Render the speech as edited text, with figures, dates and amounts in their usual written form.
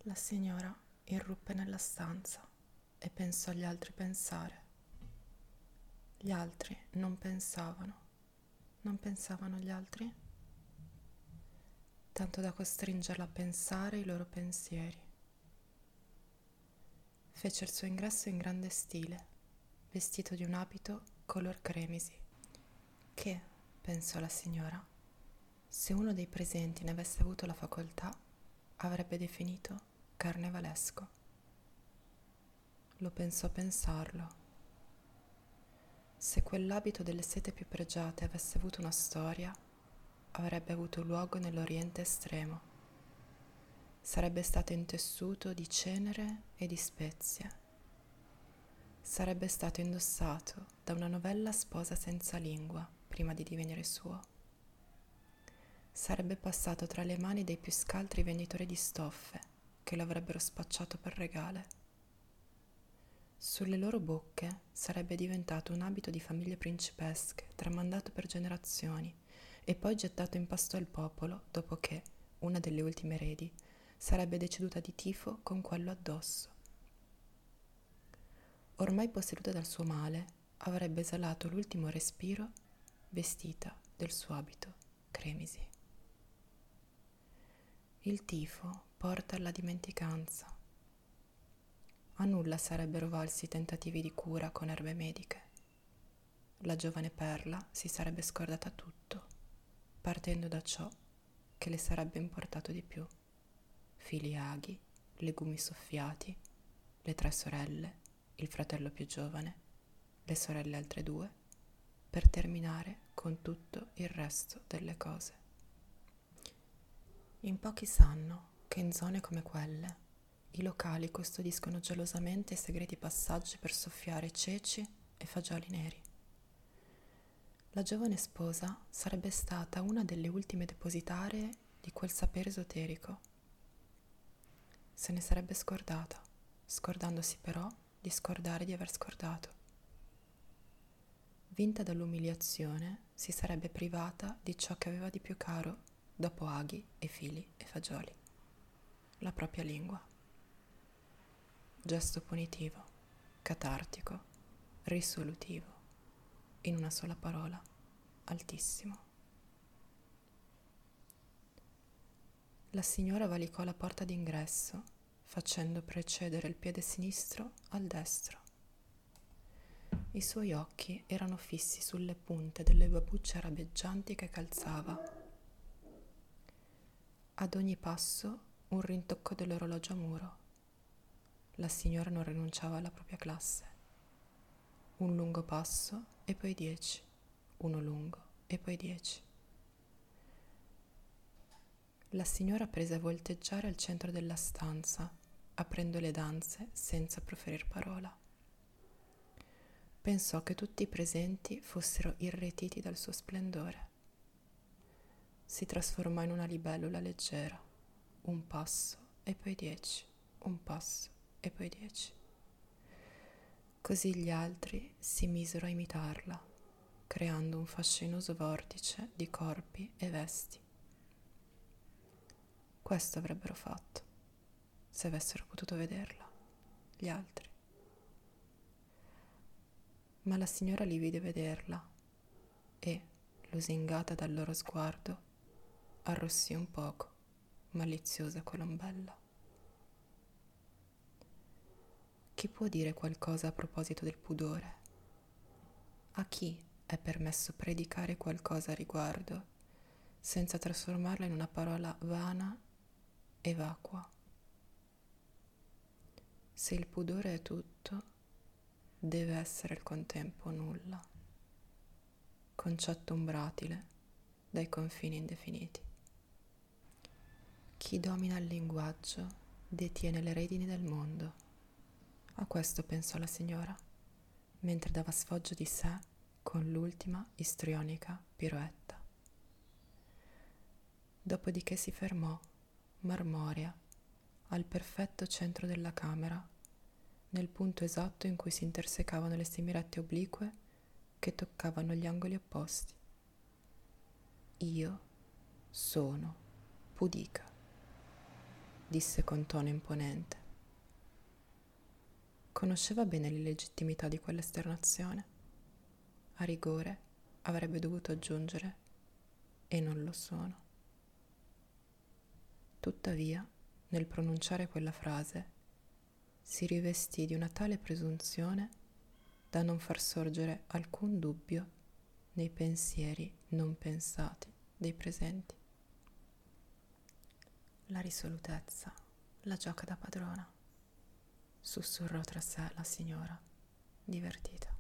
La signora irruppe nella stanza e pensò agli altri pensare. Gli altri non pensavano. Non pensavano gli altri? Tanto da costringerla a pensare i loro pensieri. Fece il suo ingresso in grande stile, vestito di un abito color cremisi, che, pensò la signora, se uno dei presenti ne avesse avuto la facoltà, avrebbe definito carnevalesco. Lo pensò a pensarlo. Se quell'abito delle sete più pregiate avesse avuto una storia, avrebbe avuto luogo nell'Oriente estremo. Sarebbe stato intessuto di cenere e di spezie. Sarebbe stato indossato da una novella sposa senza lingua prima di divenire suo. Sarebbe passato tra le mani dei più scaltri venditori di stoffe che lo avrebbero spacciato per regale. Sulle loro bocche sarebbe diventato un abito di famiglie principesche, tramandato per generazioni, e poi gettato in pasto al popolo dopo che, una delle ultime eredi, sarebbe deceduta di tifo con quello addosso. Ormai posseduta dal suo male, avrebbe esalato l'ultimo respiro vestita del suo abito cremisi. Il tifo porta alla dimenticanza. A nulla sarebbero valsi i tentativi di cura con erbe mediche. La giovane Perla si sarebbe scordata tutto, partendo da ciò che le sarebbe importato di più: fili aghi, legumi soffiati, le 3 sorelle, il fratello più giovane, le sorelle altre 2, per terminare con tutto il resto delle cose. In pochi sanno che in zone come quelle i locali custodiscono gelosamente i segreti passaggi per soffiare ceci e fagioli neri. La giovane sposa sarebbe stata una delle ultime depositarie di quel sapere esoterico. Se ne sarebbe scordata, scordandosi però di scordare di aver scordato. Vinta dall'umiliazione, si sarebbe privata di ciò che aveva di più caro dopo aghi e fili e fagioli: la propria lingua. Gesto punitivo, catartico, risolutivo, in una sola parola: altissimo. La signora valicò la porta d'ingresso, facendo precedere il piede sinistro al destro. I suoi occhi erano fissi sulle punte delle babbucce arabeggianti che calzava. Ad ogni passo un rintocco dell'orologio a muro. La signora non rinunciava alla propria classe. Un lungo passo e poi 10, uno lungo e poi 10. La signora prese a volteggiare al centro della stanza, aprendo le danze senza proferir parola. Pensò che tutti i presenti fossero irretiti dal suo splendore. Si trasformò in una libellula leggera: un passo e poi 10, un passo e poi 10. Così gli altri si misero a imitarla, creando un fascinoso vortice di corpi e vesti. Questo avrebbero fatto, se avessero potuto vederla, gli altri. Ma la signora li vide vederla e, lusingata dal loro sguardo, arrossì un poco, maliziosa colombella. Chi può dire qualcosa a proposito del pudore? A chi è permesso predicare qualcosa a riguardo senza trasformarla in una parola vana e vacua? Se il pudore è tutto, deve essere al contempo nulla, concetto umbratile dai confini indefiniti. Chi domina il linguaggio detiene le redini del mondo. A questo pensò la signora, mentre dava sfoggio di sé con l'ultima istrionica piroetta. Dopodiché si fermò, marmorea, al perfetto centro della camera, nel punto esatto in cui si intersecavano le semirette oblique che toccavano gli angoli opposti. Io sono pudica. disse con tono imponente. Conosceva bene l'illegittimità di quell'esternazione. A rigore avrebbe dovuto aggiungere: e non lo sono. Tuttavia, nel pronunciare quella frase, si rivestì di una tale presunzione da non far sorgere alcun dubbio nei pensieri non pensati dei presenti. La risolutezza la gioca da padrona, sussurrò tra sé la signora, divertita.